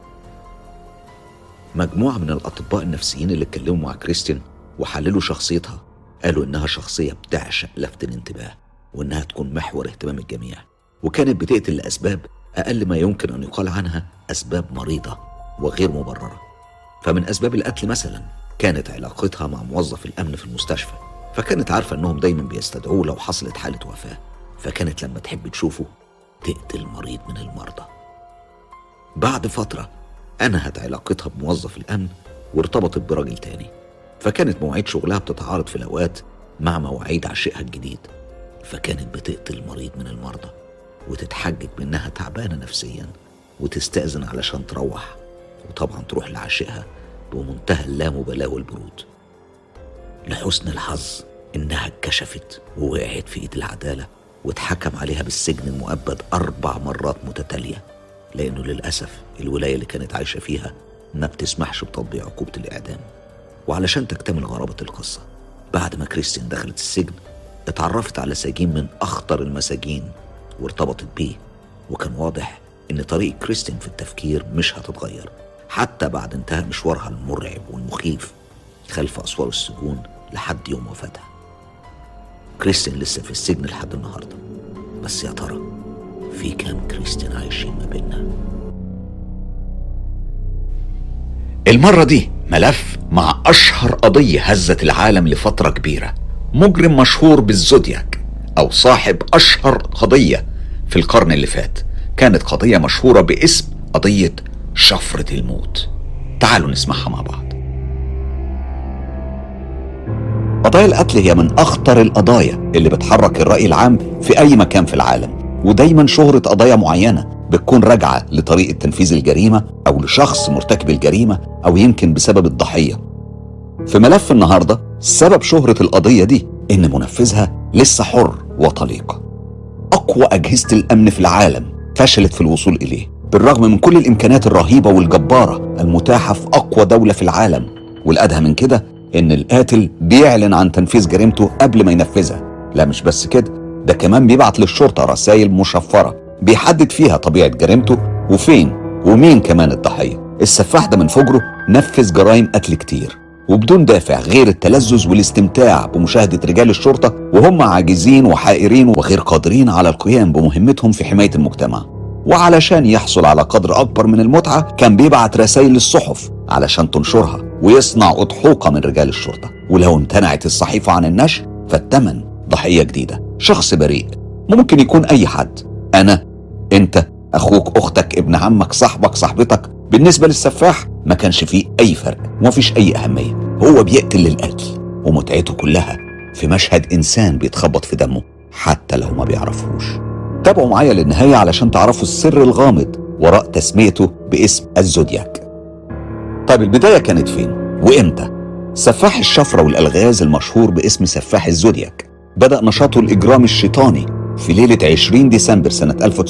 مجموعة من الأطباء النفسيين اللي اتكلموا مع كريستين وحللوا شخصيتها قالوا إنها شخصية بتعشق لفت الانتباه، وإنها تكون محور اهتمام الجميع، وكانت بتقتل لأسباب أقل ما يمكن أن يقال عنها أسباب مريضة وغير مبررة. فمن أسباب القتل مثلا كانت علاقتها مع موظف الأمن في المستشفى، فكانت عارفة أنهم دايما بيستدعوه لو حصلت حالة وفاة، فكانت لما تحب تشوفه تقتل مريض من المرضى. بعد فترة أنهت علاقتها بموظف الأمن وارتبطت براجل تاني، فكانت مواعيد شغلها بتتعارض في الأوقات مع مواعيد عشقها الجديد، فكانت بتقتل مريض من المرضى وتتحجج بأنها تعبانة نفسيا وتستأذن علشان تروح، وطبعا تروح لعشقها بمنتهى اللامبالاة والبرود. لحسن الحظ إنها اتكشفت ووقعت في إيد العدالة واتحكم عليها بالسجن المؤبد 4 مرات متتالية، لأنه للأسف الولاية اللي كانت عايشة فيها ما بتسمحش بتطبيق عقوبة الإعدام. وعلشان تكتمل غرابة القصة، بعد ما كريستين دخلت السجن اتعرفت على سجين من أخطر المساجين وارتبطت بيه، وكان واضح إن طريقة كريستين في التفكير مش هتتغير حتى بعد انتهاء مشوارها المرعب والمخيف خلف أسوار السجون لحد يوم وفاتها. كريستين لسه في السجن لحد النهاردة، بس يا ترى في كام كريستين عايشين ما بيننا؟ المرة دي ملف مع أشهر قضية هزت العالم لفترة كبيرة. مجرم مشهور بالزودياك، أو صاحب أشهر قضية في القرن اللي فات، كانت قضية مشهورة باسم قضية شفرة الموت. تعالوا نسمعها مع بعض. قضايا القتل هي من أخطر القضايا اللي بتحرك الرأي العام في أي مكان في العالم، ودايما شهرة قضايا معينة بتكون راجعة لطريقة تنفيذ الجريمة أو لشخص مرتكب الجريمة، أو يمكن بسبب الضحية. في ملف النهاردة سبب شهرة القضية دي إن منفذها لسه حر وطليق. أقوى أجهزة الأمن في العالم فشلت في الوصول إليه بالرغم من كل الإمكانات الرهيبة والجبارة المتاحة في أقوى دولة في العالم. والأدهى من كده إن القاتل بيعلن عن تنفيذ جريمته قبل ما ينفذها. لا مش بس كده، ده كمان بيبعت للشرطة رسائل مشفرة بيحدد فيها طبيعة جريمته وفين ومين كمان الضحية. السفاح ده من فجره نفذ جرائم قتل كتير وبدون دافع غير التلذذ والاستمتاع بمشاهدة رجال الشرطة وهم عاجزين وحائرين وغير قادرين على القيام بمهمتهم في حماية المجتمع. وعلشان يحصل على قدر أكبر من المتعة كان بيبعت رسائل للصحف علشان تنشرها ويصنع أضحوكة من رجال الشرطة، ولو امتنعت الصحيفة عن النشر فالثمن ضحية جديدة، شخص بريء ممكن يكون أي حد، أنا، أنت، أخوك، أختك، ابن عمك، صاحبك، صاحبتك. بالنسبة للسفاح ما كانش فيه أي فرق ومفيش أي أهمية، هو بيقتل للقتل ومتعته كلها في مشهد إنسان بيتخبط في دمه حتى لو ما بيعرفوش. تابعوا معايا للنهاية علشان تعرفوا السر الغامض وراء تسميته باسم الزودياك. طيب البداية كانت فين وإمتى؟ سفاح الشفرة والألغاز المشهور باسم سفاح الزودياك بدأ نشاطه الإجرامي الشيطاني في ليلة 20 ديسمبر سنة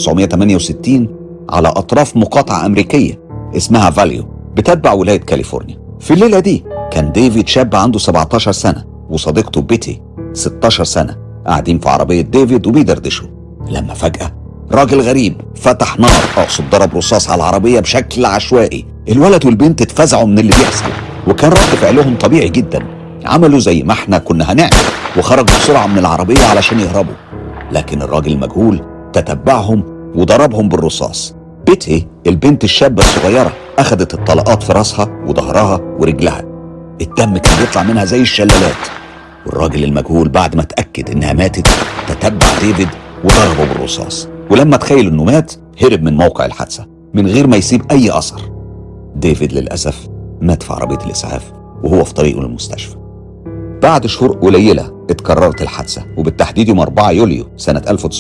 1968 على أطراف مقاطعة أمريكية اسمها فاليو بتتبع ولاية كاليفورنيا. في الليلة دي كان ديفيد شاب عنده 17 سنة وصديقته بيتي 16 سنة قاعدين في عربية ديفيد وبيدردشوا، لما فجأة راجل غريب فتح نار، ضرب رصاص على العربية بشكل عشوائي. الولد والبنت اتفزعوا من اللي بيحصل وكان رد فعلهم طبيعي جدا، عملوا زي ما احنا كنا هنعمل وخرجوا بسرعة من العربية علشان يهربوا. لكن الراجل المجهول تتبعهم وضربهم بالرصاص. بيتي البنت الشابة الصغيرة أخدت الطلقات في راسها وظهرها ورجلها، الدم كان بيطلع منها زي الشلالات. والراجل المجهول بعد ما اتأكد إنها ماتت تتبع ديفيد وضربه بالرصاص، ولما تخيل إنه مات هرب من موقع الحادثة من غير ما يسيب أي أثر. ديفيد للأسف مات في عربية الإسعاف وهو في طريقه للمستشفى. بعد شهور قليلة اتكررت الحادثة وبالتحديد يوم 4 يوليو سنة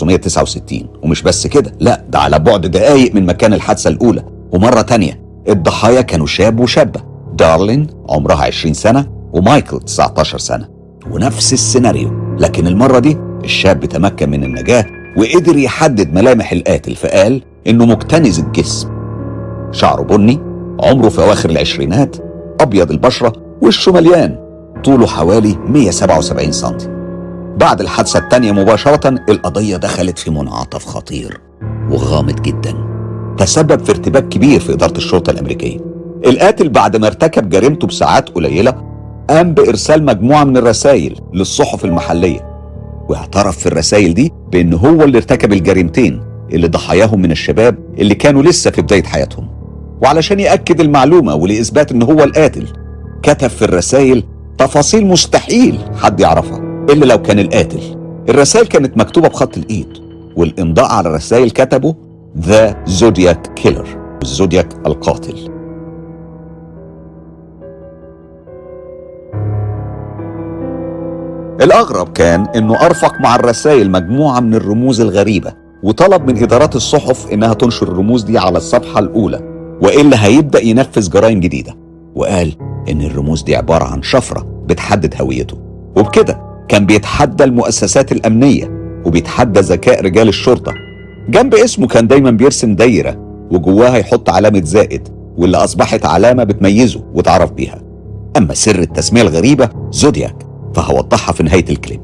1969. ومش بس كده، لا ده على بعد دقايق من مكان الحادثة الأولى ومرة تانية. الضحايا كانوا شاب وشابة، دارلين عمرها 20 سنة ومايكل 19 سنة، ونفس السيناريو. لكن المرة دي الشاب تمكن من النجاة وقدر يحدد ملامح القاتل، فقال إنه مكتنز الجسم، شعره بني، عمره في أواخر العشرينات، أبيض البشرة، وشه مليان، طوله حوالي 177 سنتي. بعد الحادثة التانية مباشرة القضية دخلت في منعطف خطير وغامض جدا تسبب في ارتباك كبير في إدارة الشرطة الأمريكية. القاتل بعد ما ارتكب جريمته بساعات قليلة قام بإرسال مجموعة من الرسائل للصحف المحلية، واعترف في الرسائل دي بأن هو اللي ارتكب الجريمتين اللي ضحاياهم من الشباب اللي كانوا لسه في بداية حياتهم. وعلشان يأكد المعلومة ولإثبات أنه هو القاتل كتب في الرسائل تفاصيل مستحيل حد يعرفها إلا لو كان القاتل. الرسائل كانت مكتوبة بخط الإيد، والإمضاء على الرسائل كتبه The Zodiac Killer، الزودياك القاتل. الأغرب كان إنه أرفق مع الرسائل مجموعة من الرموز الغريبة، وطلب من إدارات الصحف إنها تنشر الرموز دي على الصفحة الأولى وإلا هيبدأ ينفذ جرائم جديدة. وقال إن الرموز دي عبارة عن شفرة بتحدد هويته، وبكده كان بيتحدى المؤسسات الأمنية وبيتحدى ذكاء رجال الشرطة. جنب اسمه كان دايما بيرسم دايرة وجواها يحط علامة زائد، واللي أصبحت علامة بتميزه وتعرف بيها. أما سر التسمية الغريبة زودياك فهوضحها في نهاية الكليب.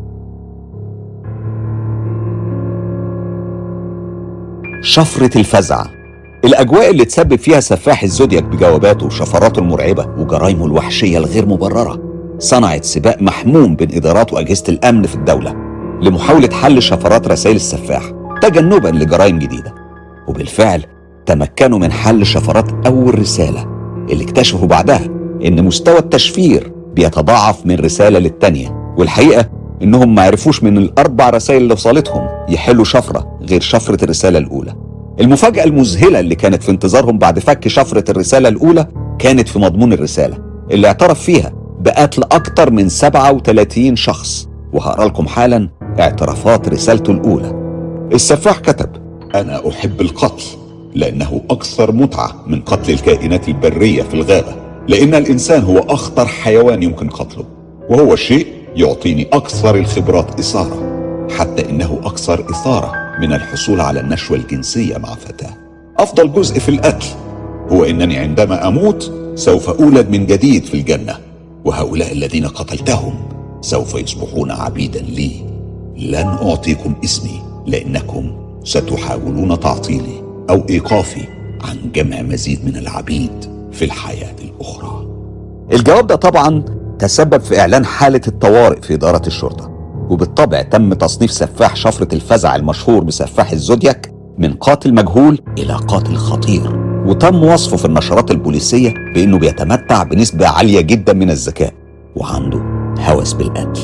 شفرة الفزع، الأجواء اللي تسبب فيها سفاح الزودياك بجواباته وشفراته المرعبة وجرائمه الوحشية الغير مبررة صنعت سباق محموم بين إدارات وأجهزة الأمن في الدولة لمحاولة حل شفرات رسائل السفاح تجنبا لجرائم جديدة. وبالفعل تمكنوا من حل شفرات أول رسالة اللي اكتشفوا بعدها إن مستوى التشفير بيتضاعف من رسالة للتانية، والحقيقة إنهم ما عرفوش من ال4 رسائل اللي وصلتهم يحلوا شفرة غير شفرة الرسالة الأولى. المفاجأة المذهلة اللي كانت في انتظارهم بعد فك شفرة الرسالة الأولى كانت في مضمون الرسالة اللي اعترف فيها بقتل أكتر من 37 شخص، وهقرأ لكم حالا اعترافات رسالته الأولى. السفاح كتب: أنا أحب القتل لأنه أكثر متعة من قتل الكائنات البرية في الغابة، لأن الإنسان هو أخطر حيوان يمكن قتله، وهو الشيء يعطيني أكثر الخبرات إثارة، حتى إنه أكثر إثارة من الحصول على النشوة الجنسية مع فتاة. أفضل جزء في القتل هو إنني عندما أموت سوف أولد من جديد في الجنة، وهؤلاء الذين قتلتهم سوف يصبحون عبيدا لي. لن أعطيكم اسمي لأنكم ستحاولون تعطيلي أو إيقافي عن جمع مزيد من العبيد في الحياة الأخرى. الجواب ده طبعا تسبب في إعلان حالة الطوارئ في إدارة الشرطة، وبالطبع تم تصنيف سفاح شفرة الفزع المشهور بسفاح الزودياك من قاتل مجهول إلى قاتل خطير، وتم وصفه في النشرات البوليسية بأنه بيتمتع بنسبة عالية جدا من الذكاء وعنده هوس بالقتل.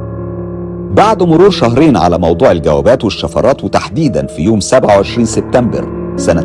بعد مرور شهرين على موضوع الجوابات والشفرات، وتحديدا في يوم 27 سبتمبر سنة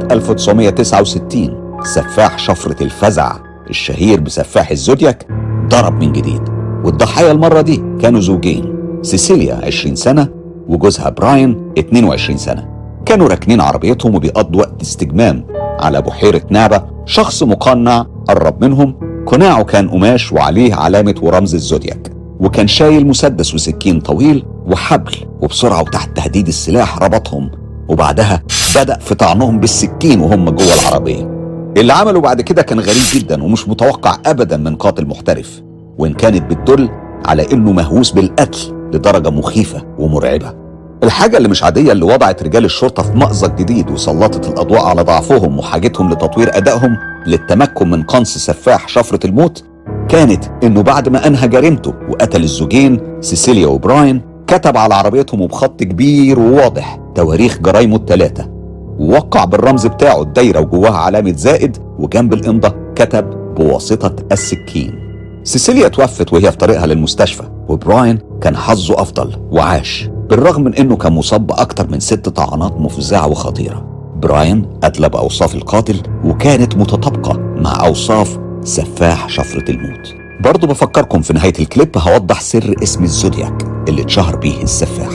1969، سفاح شفرة الفزع الشهير بسفاح الزودياك ضرب من جديد، والضحايا المرة دي كانوا زوجين، سيسيليا 20 سنة وجوزها براين 22 سنة. كانوا راكنين عربيتهم وبيقضوا وقت استجمام على بحيرة نابة. شخص مقنع قرب منهم، قناعه كان قماش وعليه علامة ورمز الزودياك، وكان شايل مسدس وسكين طويل وحبل، وبسرعة وتحت تهديد السلاح ربطهم، وبعدها بدأ في طعنهم بالسكين وهم جوه العربية. اللي عمله بعد كده كان غريب جدا ومش متوقع أبدا من قاتل محترف، وإن كانت بتدل على إنه مهووس بالقتل لدرجة مخيفة ومرعبة. الحاجة اللي مش عادية اللي وضعت رجال الشرطة في مأزق جديد وسلطت الأضواء على ضعفهم وحاجتهم لتطوير أدائهم للتمكن من قنص سفاح شفرة الموت كانت إنه بعد ما أنهى جريمته وقتل الزوجين سيسيليا وبراين، كتب على عربيتهم وبخط كبير وواضح تواريخ جرايمه ال3، ووقع بالرمز بتاعه الدايرة وجواها علامة زائد، وجنب الإمضة كتب بواسطة السكين. سيسيليا توفت وهي في طريقها للمستشفى، وبراين كان حظه أفضل وعاش بالرغم من إنه كان مصاب بأكتر من 6 طعنات مفزعة وخطيرة. براين أدلى بأوصاف القاتل وكانت متطابقة مع أوصاف سفاح شفرة الموت. برضو بفكركم في نهاية الكليب هوضح سر اسم الزودياك اللي اتشهر بيه السفاح.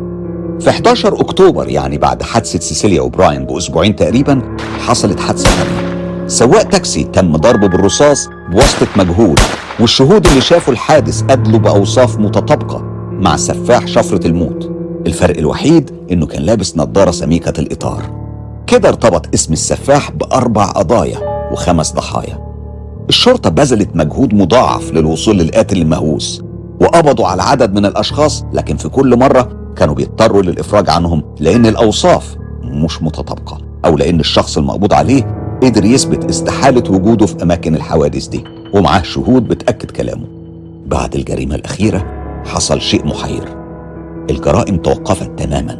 في 11 أكتوبر، يعني بعد حادثة سيسيليا وبراين بأسبوعين تقريبا، حصلت حادثة ثانية. سواق تاكسي تم ضربه بالرصاص بواسطة مجهول، والشهود اللي شافوا الحادث أدلوا بأوصاف متطابقة مع سفاح شفرة الموت. الفرق الوحيد إنه كان لابس نظارة سميكة الإطار. كده ارتبط اسم السفاح ب4 قضايا و5 ضحايا. الشرطة بذلت مجهود مضاعف للوصول للقاتل المهووس، وقبضوا على عدد من الأشخاص، لكن في كل مرة كانوا بيضطروا للإفراج عنهم لأن الأوصاف مش متطابقة، أو لأن الشخص المقبوض عليه قدر يثبت استحالة وجوده في أماكن الحوادث دي ومعاه شهود بتأكد كلامه. بعد الجريمة الأخيرة حصل شيء محير. الجرائم توقفت تماما،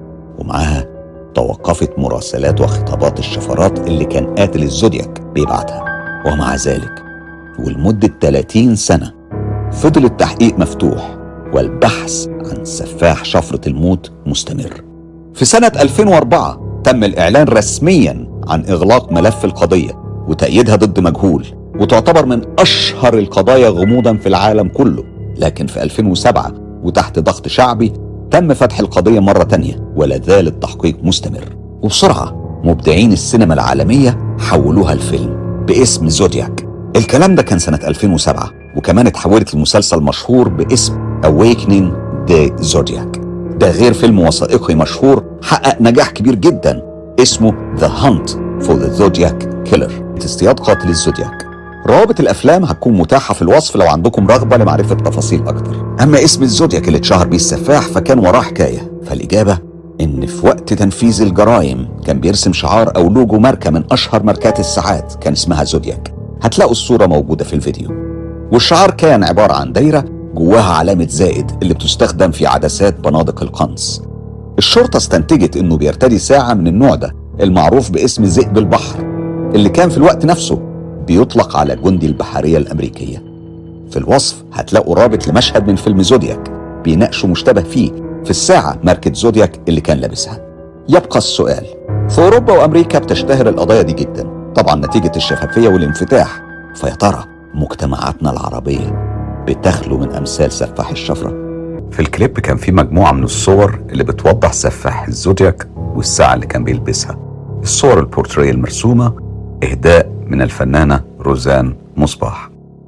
ومعاها توقفت مراسلات وخطابات الشفرات اللي كان قاتل الزودياك بيبعتها. ومع ذلك ولمدة 30 سنة فضل التحقيق مفتوح والبحث عن سفاح شفرة الموت مستمر. في سنة 2004 تم الإعلان رسميا عن إغلاق ملف القضية وتأييدها ضد مجهول، وتعتبر من أشهر القضايا غموضا في العالم كله. لكن في 2007 وتحت ضغط شعبي تم فتح القضية مرة تانية، ولا زال التحقيق مستمر. وبسرعة مبدعين السينما العالمية حولوها الفيلم باسم زودياك. الكلام ده كان سنة 2007، وكمان اتحولت لمسلسل مشهور باسم Awakening the Zodiac. ده غير فيلم وثائقي مشهور حقق نجاح كبير جدا اسمه The Hunt for the Zodiac Killer، اصطياد قاتل الزودياك. روابط الأفلام هتكون متاحة في الوصف لو عندكم رغبة لمعرفة تفاصيل أكتر. أما اسم الزودياك اللي اتشهر بيه السفاح فكان وراه حكاية. فالإجابة إن في وقت تنفيذ الجرائم كان بيرسم شعار أو لوجو ماركة من أشهر ماركات الساعات كان اسمها زودياك. هتلاقوا الصورة موجودة في الفيديو. والشعار كان عبارة عن دايرة جواها علامة زائد اللي بتستخدم في عدسات بنادق القنص. الشرطة استنتجت إنه بيرتدي ساعة من النوع ده المعروف باسم ذئب البحر، اللي كان في الوقت نفسه بيطلق على جندي البحرية الأمريكية. في الوصف هتلاقوا رابط لمشهد من فيلم زودياك بيناقشوا مشتبه فيه في الساعة ماركة زودياك اللي كان لابسها. يبقى السؤال، في أوروبا وأمريكا بتشتهر القضايا دي جدا طبعا نتيجة الشفافية والانفتاح، فيا ترى مجتمعاتنا العربية بتخلو من أمثال سفاح الشفرة؟ في الكليب كان في مجموعة من الصور اللي بتوضح سفاح الزودياك والساعة اللي كان بيلبسها. الصور البورتريه المرسومة إهداء من الفنانة روزان مصباح.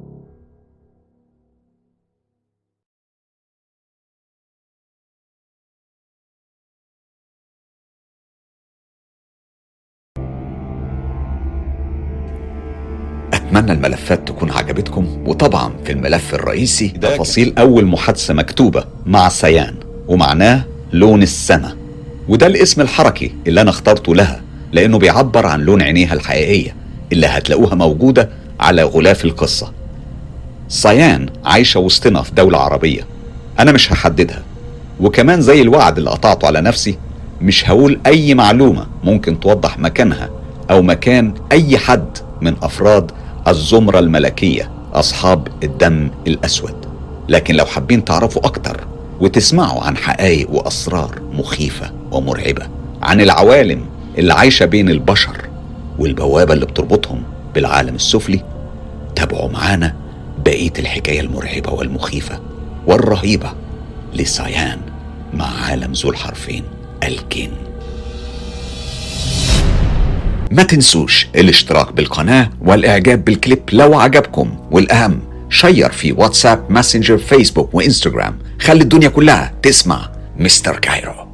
أتمنى الملفات تكون عجبتكم، وطبعا في الملف الرئيسي تفاصيل أول محادثة مكتوبة مع سيان، ومعناه لون السما، وده الاسم الحركي اللي أنا اخترته لها لأنه بيعبر عن لون عينيها الحقيقية اللي هتلاقوها موجودة على غلاف القصة. سيان عايشة وسطنا في دولة عربية، أنا مش هحددها، وكمان زي الوعد اللي قطعته على نفسي مش هقول أي معلومة ممكن توضح مكانها أو مكان أي حد من أفراد الزمرة الملكية أصحاب الدم الأسود. لكن لو حابين تعرفوا أكتر وتسمعوا عن حقائق وأسرار مخيفة ومرعبة عن العوالم اللي عايشة بين البشر والبوابة اللي بتربطهم بالعالم السفلي، تابعوا معانا بقية الحكاية المرعبة والمخيفة والرهيبة لسيان مع عالم ذو الحرفين الجن. ما تنسوش الاشتراك بالقناة والإعجاب بالكليب لو عجبكم، والأهم شير في واتساب، ماسنجر، فيسبوك وإنستغرام. خلي الدنيا كلها تسمع مستر كايرو.